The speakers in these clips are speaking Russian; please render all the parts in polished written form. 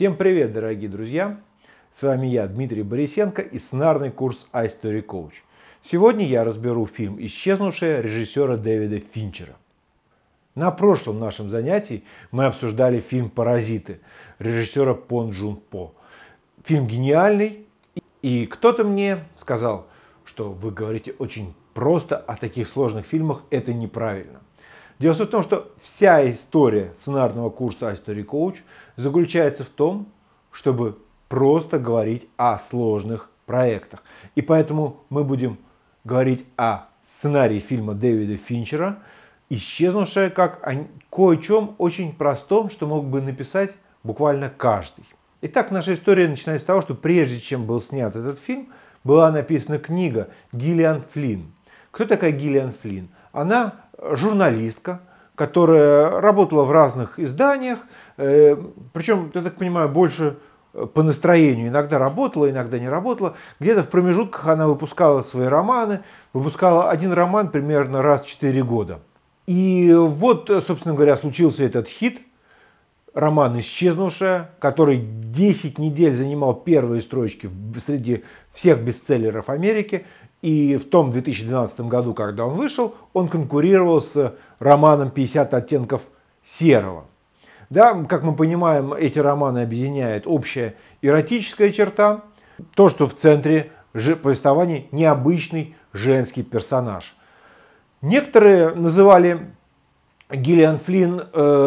Всем привет, дорогие друзья! С вами я, Дмитрий Борисенко и сценарный курс iStory Coach. Сегодня я разберу фильм «Исчезнувшая» режиссера Дэвида Финчера. На прошлом нашем занятии мы обсуждали фильм «Паразиты» режиссера Пон Джун По. Фильм гениальный, и кто-то мне сказал, что вы говорите очень просто о таких сложных фильмах, это неправильно. Дело в том, что вся история сценарного курса iStory Coach заключается в том, чтобы просто говорить о сложных проектах. И поэтому мы будем говорить о сценарии фильма Дэвида Финчера «Исчезнувшая» как о кое-чем очень простом, что мог бы написать буквально каждый. Итак, наша история начинается с того, что прежде чем был снят этот фильм, была написана книга Гиллиан Флинн. Кто такая Гиллиан Флинн? Она журналистка, которая работала в разных изданиях, причем, я так понимаю, больше по настроению. Иногда работала, иногда не работала. Где-то в промежутках она выпускала свои романы, выпускала один роман примерно раз в 4 года. И вот, собственно говоря, случился этот хит, роман «Исчезнувшая», который 10 недель занимал первые строчки среди всех бестселлеров Америки. И в том 2012 году, когда он вышел, он конкурировал с романом «50 оттенков серого». Да, как мы понимаем, эти романы объединяет общая эротическая черта, то, что в центре повествования необычный женский персонаж. Некоторые называли Гиллиан Флинн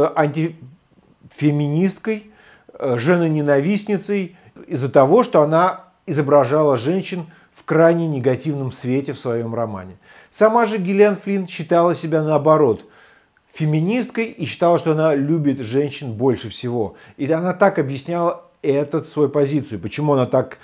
антифеминисткой, женоненавистницей из-за того, что она изображала женщин в крайне негативном свете в своем романе. Сама же Гиллиан Флинн считала себя наоборот феминисткой и считала, что она любит женщин больше всего. И она так объясняла свою позицию, почему она так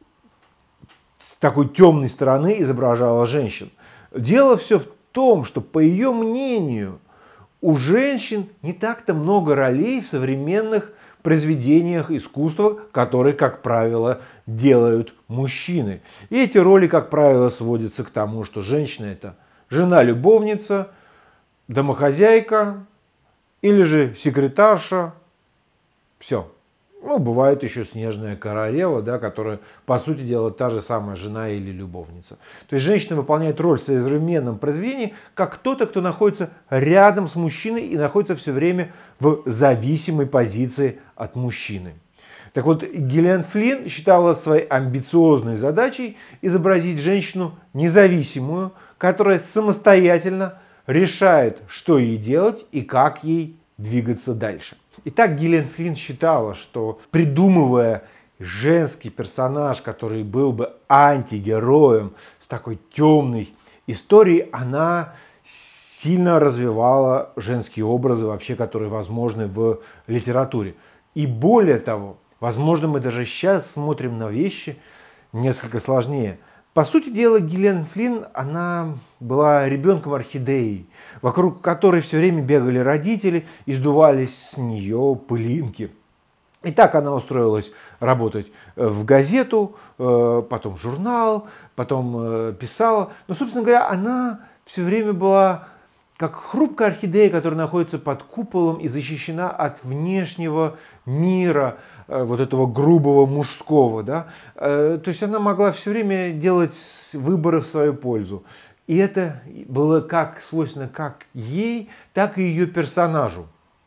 с такой темной стороны изображала женщин. Дело все в том, что, по ее мнению, у женщин не так-то много ролей в современных произведениях искусства, которые, как правило, делают мужчины. И эти роли, как правило, сводятся к тому, что женщина – это жена-любовница, домохозяйка или же секретарша. Все. Ну, бывает еще снежная королева, да, которая, по сути дела, та же самая жена или любовница. То есть женщина выполняет роль в современном произведении как кто-то, кто находится рядом с мужчиной и находится все время в зависимой позиции от мужчины. Так вот, Гиллиан Флинн считала своей амбициозной задачей изобразить женщину независимую, которая самостоятельно решает, что ей делать и как ей двигаться дальше. Итак, Гиллиан Флинн считала, что придумывая женский персонаж, который был бы антигероем с такой темной историей, она сильно развивала женские образы, вообще, которые возможны в литературе. И более того, возможно, мы даже сейчас смотрим на вещи несколько сложнее. По сути дела, Гиллиан Флинн, она была ребенком орхидеи, вокруг которой все время бегали родители и сдувались с нее пылинки. И так она устроилась работать в газету, потом в журнал, потом писала. Но, собственно говоря, она все время была как хрупкая орхидея, которая находится под куполом и защищена от внешнего мира, вот этого грубого мужского. Да? То есть она могла все время делать выборы в свою пользу. И это было как свойственно как ей, так и ее персонажу,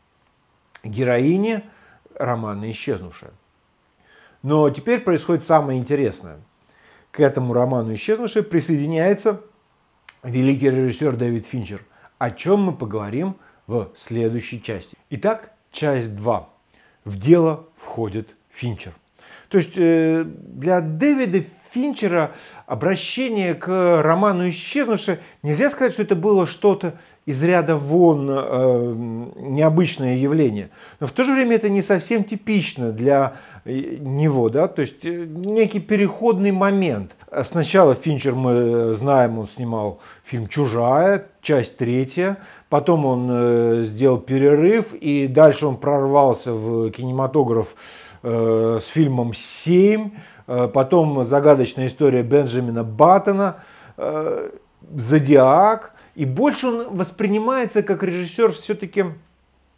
героине романа «Исчезнувшая». Но теперь происходит самое интересное. К этому роману «Исчезнувшая» присоединяется великий режиссер Дэвид Финчер, о чем мы поговорим в следующей части. Итак, часть 2. В дело входит Финчер. То есть для Дэвида Финчера обращение к роману «Исчезнувшая» нельзя сказать, что это было что-то из ряда вон необычное явление. Но в то же время это не совсем типично для него, да, то есть некий переходный момент. Сначала Финчер, мы знаем, он снимал фильм «Чужая», часть 3, потом он сделал перерыв, и дальше он прорвался в кинематограф с фильмом «7», потом «Загадочная история Бенджамина Баттона», «Зодиак», и больше он воспринимается как режиссер все-таки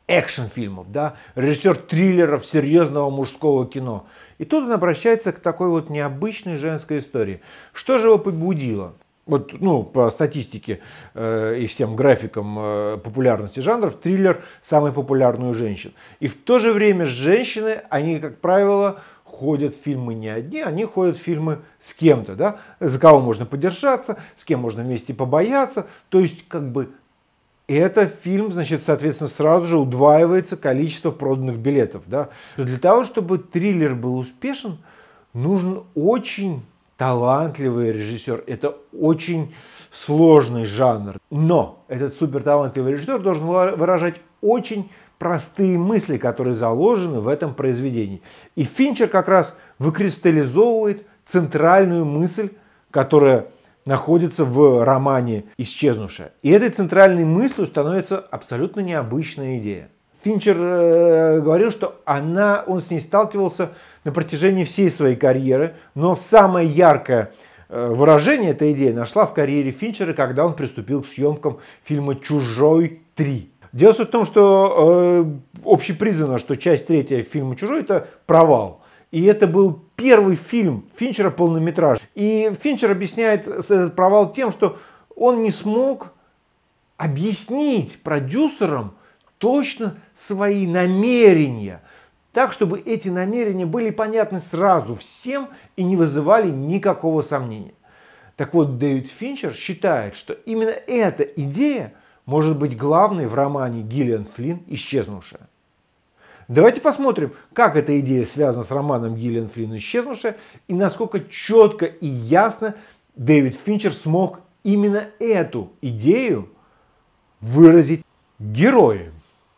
экшн-фильмов, да, режиссер триллеров, серьезного мужского кино. И тут он обращается к такой вот необычной женской истории. Что же его побудило? Вот, ну, по статистике и всем графикам популярности жанров, триллер самый популярный у женщин. И в то же время женщины, они, как правило, ходят в фильмы не одни, они ходят в фильмы с кем-то, да, за кого можно подержаться, с кем можно вместе побояться. То есть, как бы, этот фильм, значит, соответственно, сразу же удваивается количество проданных билетов, да. Для того, чтобы триллер был успешен, нужен очень талантливый режиссер. Это очень сложный жанр. Но этот суперталантливый режиссер должен выражать очень простые мысли, которые заложены в этом произведении. И Финчер как раз выкристаллизовывает центральную мысль, которая находится в романе «Исчезнувшая». И этой центральной мыслью становится абсолютно необычная идея. Финчер говорил, что он с ней сталкивался на протяжении всей своей карьеры, но самое яркое выражение этой идеи нашла в карьере Финчера, когда он приступил к съемкам фильма «Чужой 3». Дело в том, что общепризнано, что часть третья фильма «Чужой» — это провал. И это был первый фильм Финчера полнометражный. И Финчер объясняет этот провал тем, что он не смог объяснить продюсерам точно свои намерения, так, чтобы эти намерения были понятны сразу всем и не вызывали никакого сомнения. Так вот, Дэвид Финчер считает, что именно эта идея может быть главной в романе Гиллиан Флинн «Исчезнувшая». Давайте посмотрим, как эта идея связана с романом Гиллиан Флинн «Исчезнувшая» и насколько четко и ясно Дэвид Финчер смог именно эту идею выразить герои.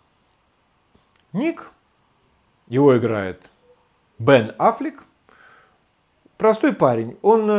Ник, его играет Бен Аффлек, простой парень.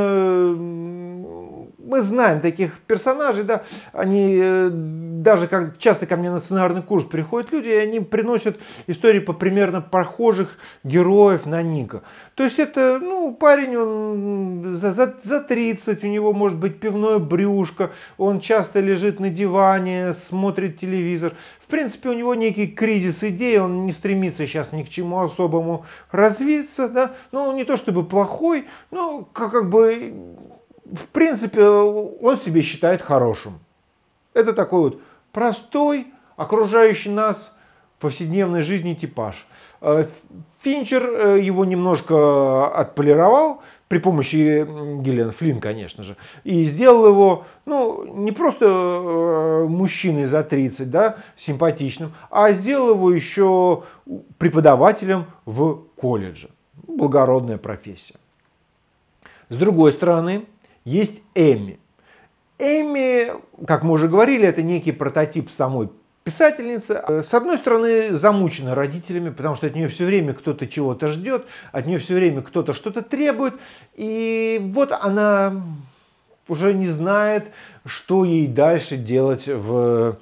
Мы знаем таких персонажей, да, они даже как часто ко мне на сценарный курс приходят люди, и они приносят истории по примерно похожих героев на Ника. То есть это, парень, он за 30, у него может быть пивное брюшко, он часто лежит на диване, смотрит телевизор. В принципе, у него некий кризис идей, он не стремится сейчас ни к чему особому развиться, да, он не то чтобы плохой, но как бы, в принципе, он себя считает хорошим. Это такой вот простой, окружающий нас в повседневной жизни типаж. Финчер его немножко отполировал при помощи Гиллиан Флинн, конечно же, и сделал его, не просто мужчиной за 30, да, симпатичным, а сделал его еще преподавателем в колледже. Благородная профессия. С другой стороны, есть Эми. Эми, как мы уже говорили, это некий прототип самой писательницы. С одной стороны, замучена родителями, потому что от нее все время кто-то чего-то ждет, от нее все время кто-то что-то требует. И вот она уже не знает, что ей дальше делать в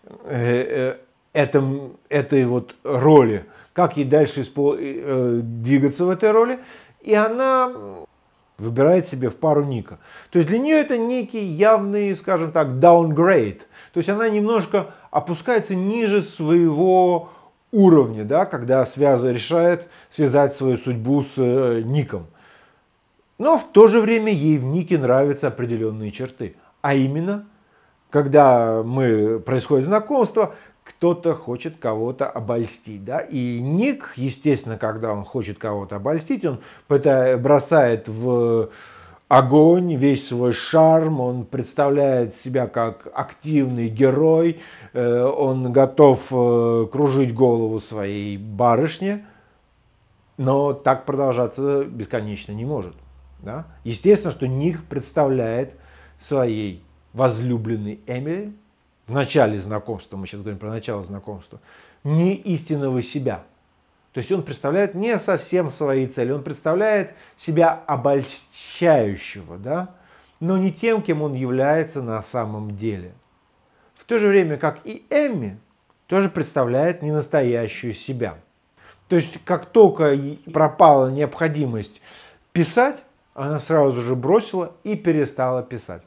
этой вот роли, как ей дальше двигаться в этой роли. И она выбирает себе в пару Ника. То есть для нее это некий явный, скажем так, downgrade. То есть она немножко опускается ниже своего уровня, да, когда решает связать свою судьбу с Ником. Но в то же время ей в Нике нравятся определенные черты. А именно, когда происходит знакомство, кто-то хочет кого-то обольстить. Да? И Ник, естественно, когда он хочет кого-то обольстить, он бросает в огонь весь свой шарм, он представляет себя как активный герой, он готов кружить голову своей барышне, но так продолжаться бесконечно не может. Да? Естественно, что Ник представляет своей возлюбленной Эмили в начале знакомства, мы сейчас говорим про начало знакомства, не истинного себя. То есть он представляет не совсем свои цели, он представляет себя обольщающего, да? Но не тем, кем он является на самом деле. В то же время, как и Эмми, тоже представляет ненастоящую себя. То есть как только пропала необходимость писать, она сразу же бросила и перестала писать.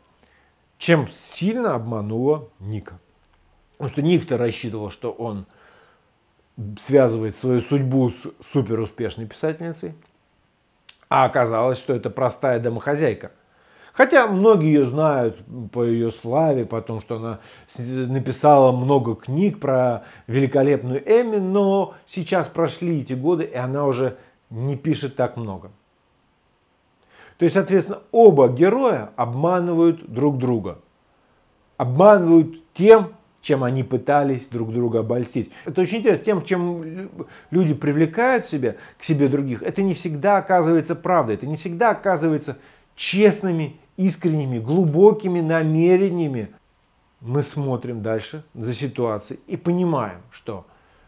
Чем сильно обманула Ника. Потому что Ник-то рассчитывал, что он связывает свою судьбу с суперуспешной писательницей, а оказалось, что это простая домохозяйка. Хотя многие ее знают по ее славе, по тому, что она написала много книг про великолепную Эми, но сейчас прошли эти годы, и она уже не пишет так много. То есть, соответственно, оба героя обманывают друг друга. Обманывают тем, чем они пытались друг друга обольстить. Это очень интересно. Тем, чем люди привлекают к себе других, это не всегда оказывается правдой. Это не всегда оказывается честными, искренними, глубокими намерениями. Мы смотрим дальше за ситуацией и понимаем, что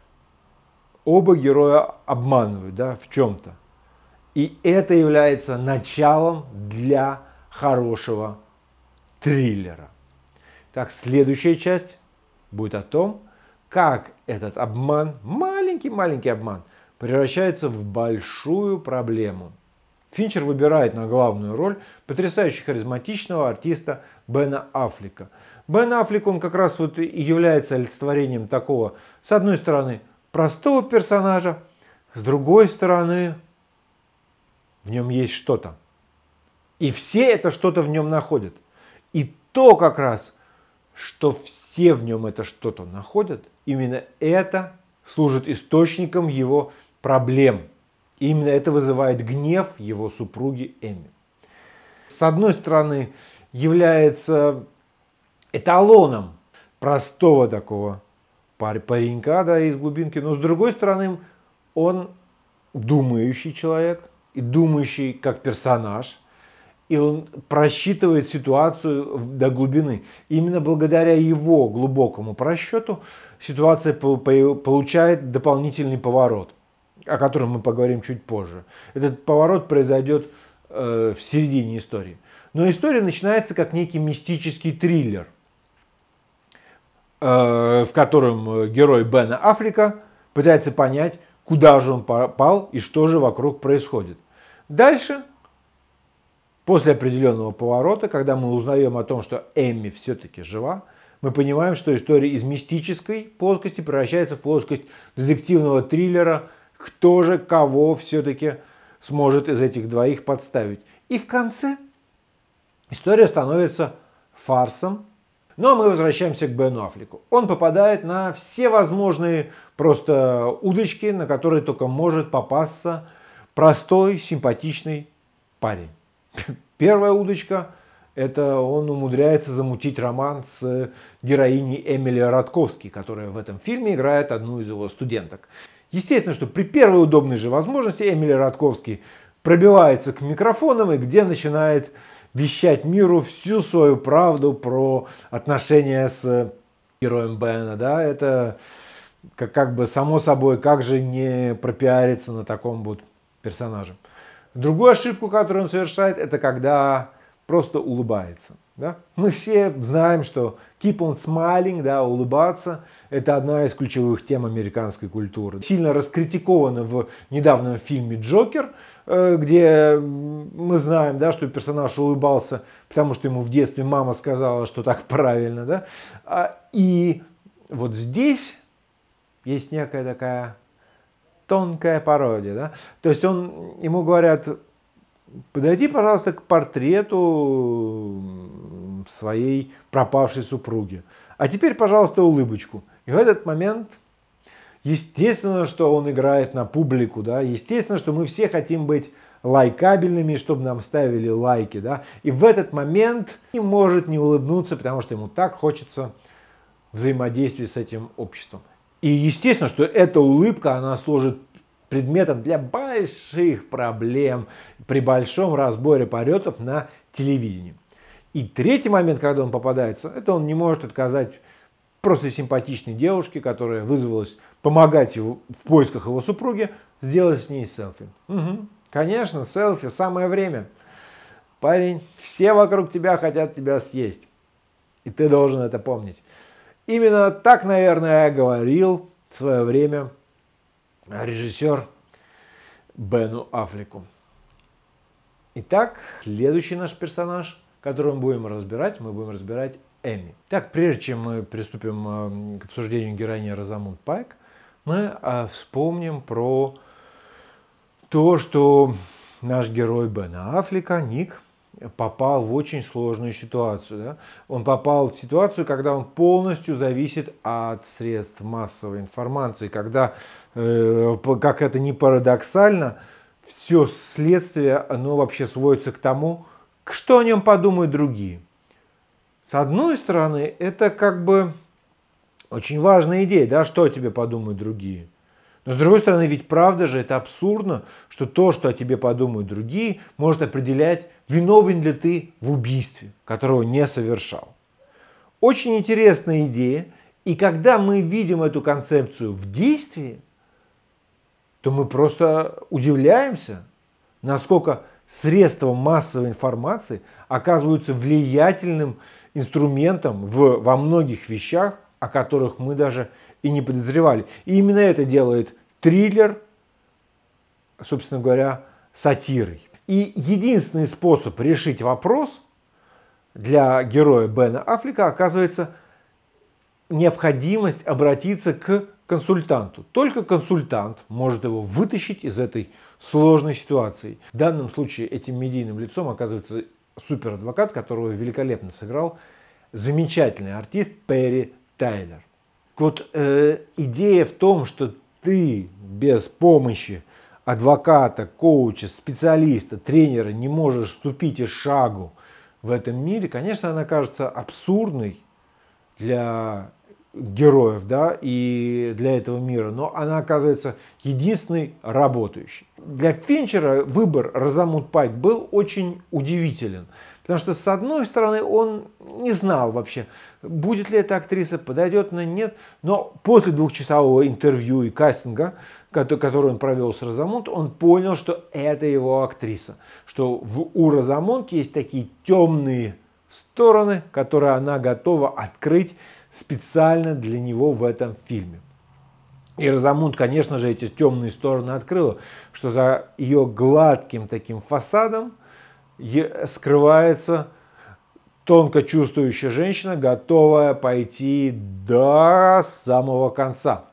оба героя обманывают, да, в чем-то. И это является началом для хорошего триллера. Так, следующая часть будет о том, как этот обман, маленький обман, превращается в большую проблему. Финчер выбирает на главную роль потрясающе харизматичного артиста Бена Аффлека. Бен Аффлек, он как раз вот и является олицетворением такого, с одной стороны, простого персонажа, с другой стороны, в нем есть что-то. И все это что-то в нем находят. И то как раз, что все в нем это что-то находят, именно это служит источником его проблем. И именно это вызывает гнев его супруги Эми. С одной стороны, является эталоном простого такого паренька, да, из глубинки, но с другой стороны, он думающий человек, и думающий как персонаж, и он просчитывает ситуацию до глубины. Именно благодаря его глубокому просчету ситуация получает дополнительный поворот, о котором мы поговорим чуть позже. Этот поворот произойдет в середине истории. Но история начинается как некий мистический триллер, в котором герой Бена Аффлека пытается понять, куда же он попал и что же вокруг происходит. Дальше, после определенного поворота, когда мы узнаем о том, что Эми все-таки жива, мы понимаем, что история из мистической плоскости превращается в плоскость детективного триллера, кто же кого все-таки сможет из этих двоих подставить. И в конце история становится фарсом. Но мы возвращаемся к Бену Аффлеку. Он попадает на все возможные просто удочки, на которые только может попасться простой, симпатичный парень. Первая удочка – это он умудряется замутить роман с героиней Эмили Радковски, которая в этом фильме играет одну из его студенток. Естественно, что при первой удобной же возможности Эмили Радковски пробивается к микрофонам и где начинает вещать миру всю свою правду про отношения с героем Бена. Да? Это как бы само собой, как же не пропиариться на таком вот персонаже. Другую ошибку, которую он совершает, это когда просто улыбается. Да? Мы все знаем, что keep on smiling, да, улыбаться, это одна из ключевых тем американской культуры. Сильно раскритиковано в недавнем фильме «Джокер», где мы знаем, да, что персонаж улыбался, потому что ему в детстве мама сказала, что так правильно. Да? И вот здесь есть некая такая тонкая пародия. Да? То есть ему говорят: подойди, пожалуйста, к портрету своей пропавшей супруги. А теперь, пожалуйста, улыбочку. И в этот момент, естественно, что он играет на публику. Да? Естественно, что мы все хотим быть лайкабельными, чтобы нам ставили лайки. Да? И в этот момент не может не улыбнуться, потому что ему так хочется взаимодействия с этим обществом. И естественно, что эта улыбка, она служит предметом для больших проблем при большом разборе полетов на телевидении. И третий момент, когда он попадается, это он не может отказать просто симпатичной девушке, которая вызвалась помогать его в поисках его супруги, сделать с ней селфи. Угу. Конечно, селфи, самое время. Парень, все вокруг тебя хотят тебя съесть. И ты должен это помнить. Именно так, наверное, говорил в свое время режиссер Бену Аффлеку. Итак, следующий наш персонаж, которого мы будем разбирать Эми. Так, прежде чем мы приступим к обсуждению героини Розамунд Пайк, мы вспомним про то, что наш герой Бена Аффлека, Ник, попал в очень сложную ситуацию. Да? Он попал в ситуацию, когда он полностью зависит от средств массовой информации, когда, как это ни парадоксально, все следствие, оно вообще сводится к тому, что о нем подумают другие. С одной стороны, это как бы очень важная идея, да, что о тебе подумают другие. Но с другой стороны, ведь правда же это абсурдно, что то, что о тебе подумают другие, может определять, виновен ли ты в убийстве, которого не совершал. Очень интересная идея, и когда мы видим эту концепцию в действии, то мы просто удивляемся, насколько средства массовой информации оказываются влиятельным инструментом во многих вещах, о которых мы даже и не подозревали. И именно это делает триллер, собственно говоря, сатирой. И единственный способ решить вопрос для героя Бена Аффлека оказывается необходимость обратиться к консультанту. Только консультант может его вытащить из этой сложной ситуации. В данном случае этим медийным лицом оказывается суперадвокат, которого великолепно сыграл замечательный артист Перри Тайлер. Вот идея в том, что ты без помощи адвоката, коуча, специалиста, тренера не можешь ступить и шагу в этом мире, конечно, она кажется абсурдной для героев, да, и для этого мира, но она оказывается единственной работающей. Для Финчера выбор Розамунд Пайк был очень удивителен, потому что, с одной стороны, он не знал вообще, будет ли эта актриса, подойдет она, нет, но после двухчасового интервью и кастинга, который он провел с Розамунд, он понял, что это его актриса, что у Розамунд есть такие темные стороны, которые она готова открыть специально для него в этом фильме. И Розамунд, конечно же, эти темные стороны открыла, что за ее гладким таким фасадом скрывается тонко чувствующая женщина, готовая пойти до самого конца.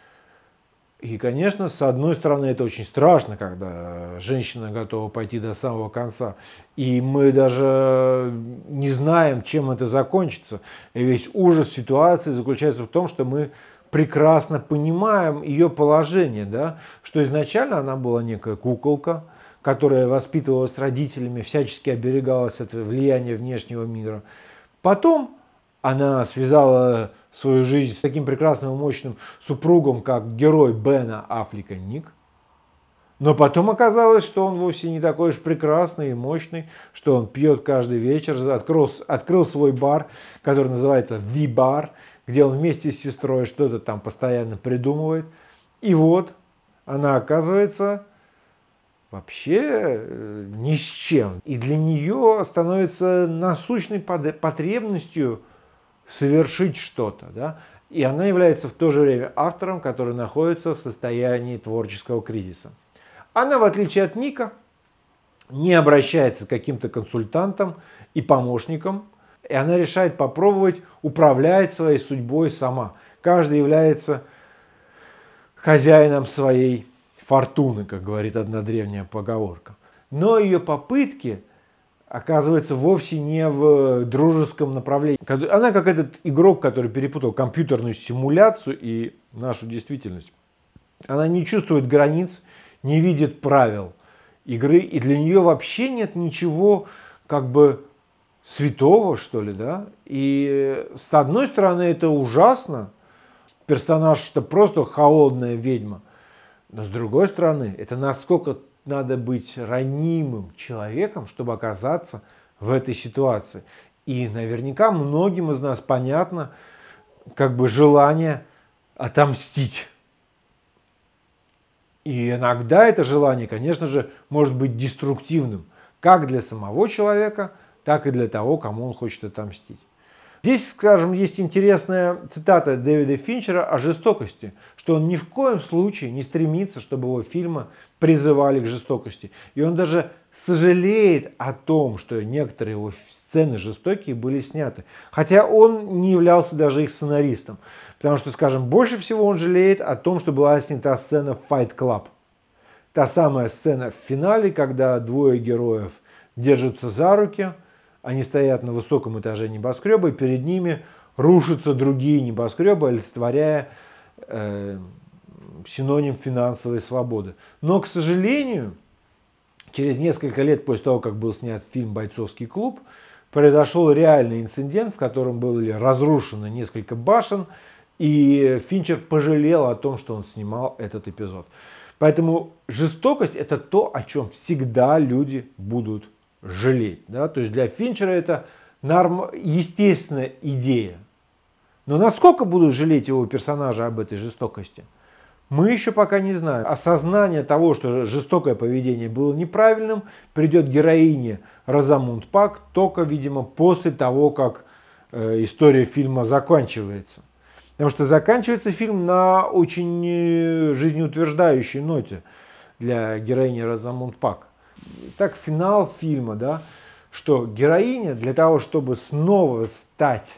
И, конечно, с одной стороны, это очень страшно, когда женщина готова пойти до самого конца. И мы даже не знаем, чем это закончится. И весь ужас ситуации заключается в том, что мы прекрасно понимаем ее положение, да? Что изначально она была некая куколка, которая воспитывалась родителями, всячески оберегалась от влияния внешнего мира. Потом она связала свою жизнь с таким прекрасным и мощным супругом, как герой Бена Аффлека Ник. Но потом оказалось, что он вовсе не такой уж прекрасный и мощный, что он пьет каждый вечер, открыл свой бар, который называется The Bar, где он вместе с сестрой что-то там постоянно придумывает. И вот она оказывается вообще ни с чем. И для нее становится насущной потребностью совершить что-то. Да? И она является в то же время автором, который находится в состоянии творческого кризиса. Она, в отличие от Ника, не обращается к каким-то консультантам и помощникам, и она решает попробовать управлять своей судьбой сама. Каждый является хозяином своей фортуны, как говорит одна древняя поговорка. Но ее попытки оказывается вовсе не в дружеском направлении. Она как этот игрок, который перепутал компьютерную симуляцию и нашу действительность. Она не чувствует границ, не видит правил игры, и для нее вообще нет ничего как бы святого, что ли, да? И с одной стороны это ужасно, персонаж-то просто холодная ведьма, но с другой стороны это насколько надо быть ранимым человеком, чтобы оказаться в этой ситуации. И наверняка многим из нас понятно как бы желание отомстить. И иногда это желание, конечно же, может быть деструктивным, как для самого человека, так и для того, кому он хочет отомстить. Здесь, скажем, есть интересная цитата Дэвида Финчера о жестокости, что он ни в коем случае не стремится, чтобы его фильмы призывали к жестокости. И он даже сожалеет о том, что некоторые его сцены жестокие были сняты. Хотя он не являлся даже их сценаристом. Потому что, скажем, больше всего он жалеет о том, что была снята сцена в Fight Club. Та самая сцена в финале, когда двое героев держатся за руки, они стоят на высоком этаже небоскреба, и перед ними рушатся другие небоскребы, олицетворяя синоним финансовой свободы. Но, к сожалению, через несколько лет после того, как был снят фильм «Бойцовский клуб», произошел реальный инцидент, в котором были разрушены несколько башен, и Финчер пожалел о том, что он снимал этот эпизод. Поэтому жестокость – это то, о чем всегда люди будут жалеть. Да? То есть для Финчера это естественная идея. Но насколько будут жалеть его персонажи об этой жестокости, мы еще пока не знаем. Осознание того, что жестокое поведение было неправильным, придет героине Розамунд Пак только, видимо, после того, как история фильма заканчивается. Потому что заканчивается фильм на очень жизнеутверждающей ноте для героини Розамунд Пак. Так, финал фильма, да, что героиня для того, чтобы снова стать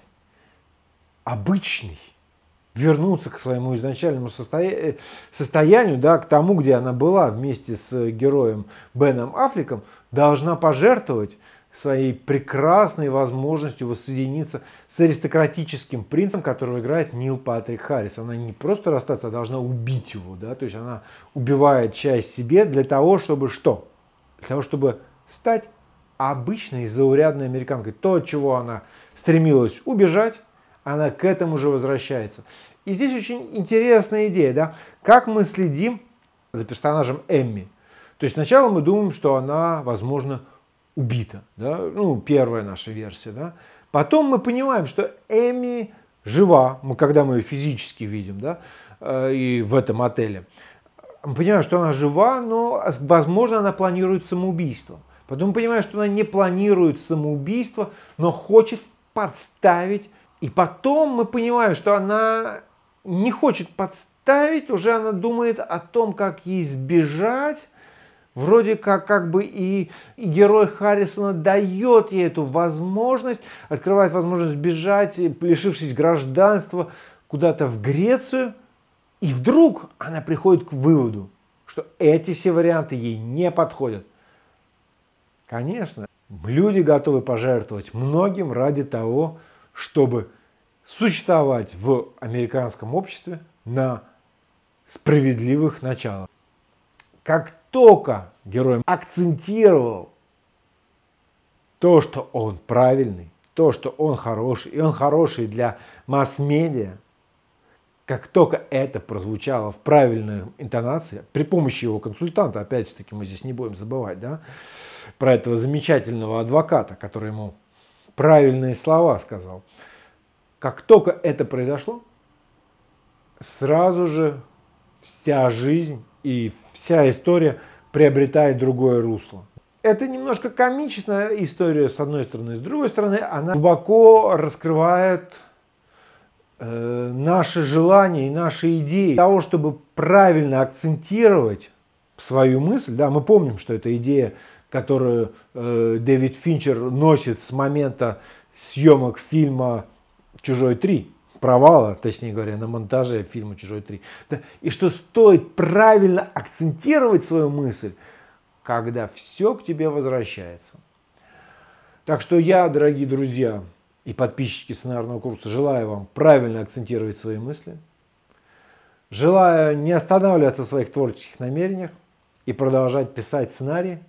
обычной, вернуться к своему изначальному состоянию, да, к тому, где она была вместе с героем Беном Аффлеком, должна пожертвовать своей прекрасной возможностью воссоединиться с аристократическим принцем, которого играет Нил Патрик Харрис. Она не просто расстаться, а должна убить его. Да? То есть она убивает часть себе для того, чтобы что? Для того, чтобы стать обычной заурядной американкой. То, от чего она стремилась убежать, она к этому же возвращается. И здесь очень интересная идея, да? Как мы следим за персонажем Эмми. То есть сначала мы думаем, что она, возможно, убита. Да? Ну, первая наша версия. Да? Потом мы понимаем, что Эмми жива, когда мы ее физически видим, да? И в этом отеле. Мы понимаем, что она жива, но, возможно, она планирует самоубийство. Потом мы понимаем, что она не планирует самоубийство, но хочет подставить. И потом мы понимаем, что она не хочет подставить, уже она думает о том, как ей сбежать. Вроде как бы и герой Харрисона дает ей эту возможность, открывает возможность сбежать, лишившись гражданства, куда-то в Грецию. И вдруг она приходит к выводу, что эти все варианты ей не подходят. Конечно, люди готовы пожертвовать многим ради того, чтобы существовать в американском обществе на справедливых началах. Как только герой акцентировал то, что он правильный, то, что он хороший, и он хороший для масс-медиа, как только это прозвучало в правильной интонации, при помощи его консультанта, опять-таки мы здесь не будем забывать, да, про этого замечательного адвоката, который ему правильные слова сказал. Как только это произошло, сразу же вся жизнь и вся история приобретает другое русло. Это немножко комичная история, с одной стороны. С другой стороны, она глубоко раскрывает наши желания и наши идеи. Для того, чтобы правильно акцентировать свою мысль, да, мы помним, что это идея, которую Дэвид Финчер носит с момента съемок фильма «Чужой 3», провала, точнее говоря, на монтаже фильма «Чужой 3». Да, и что стоит правильно акцентировать свою мысль, когда все к тебе возвращается. Так что я, дорогие друзья и подписчики сценарного курса, желаю вам правильно акцентировать свои мысли. Желаю не останавливаться в своих творческих намерениях и продолжать писать сценарии,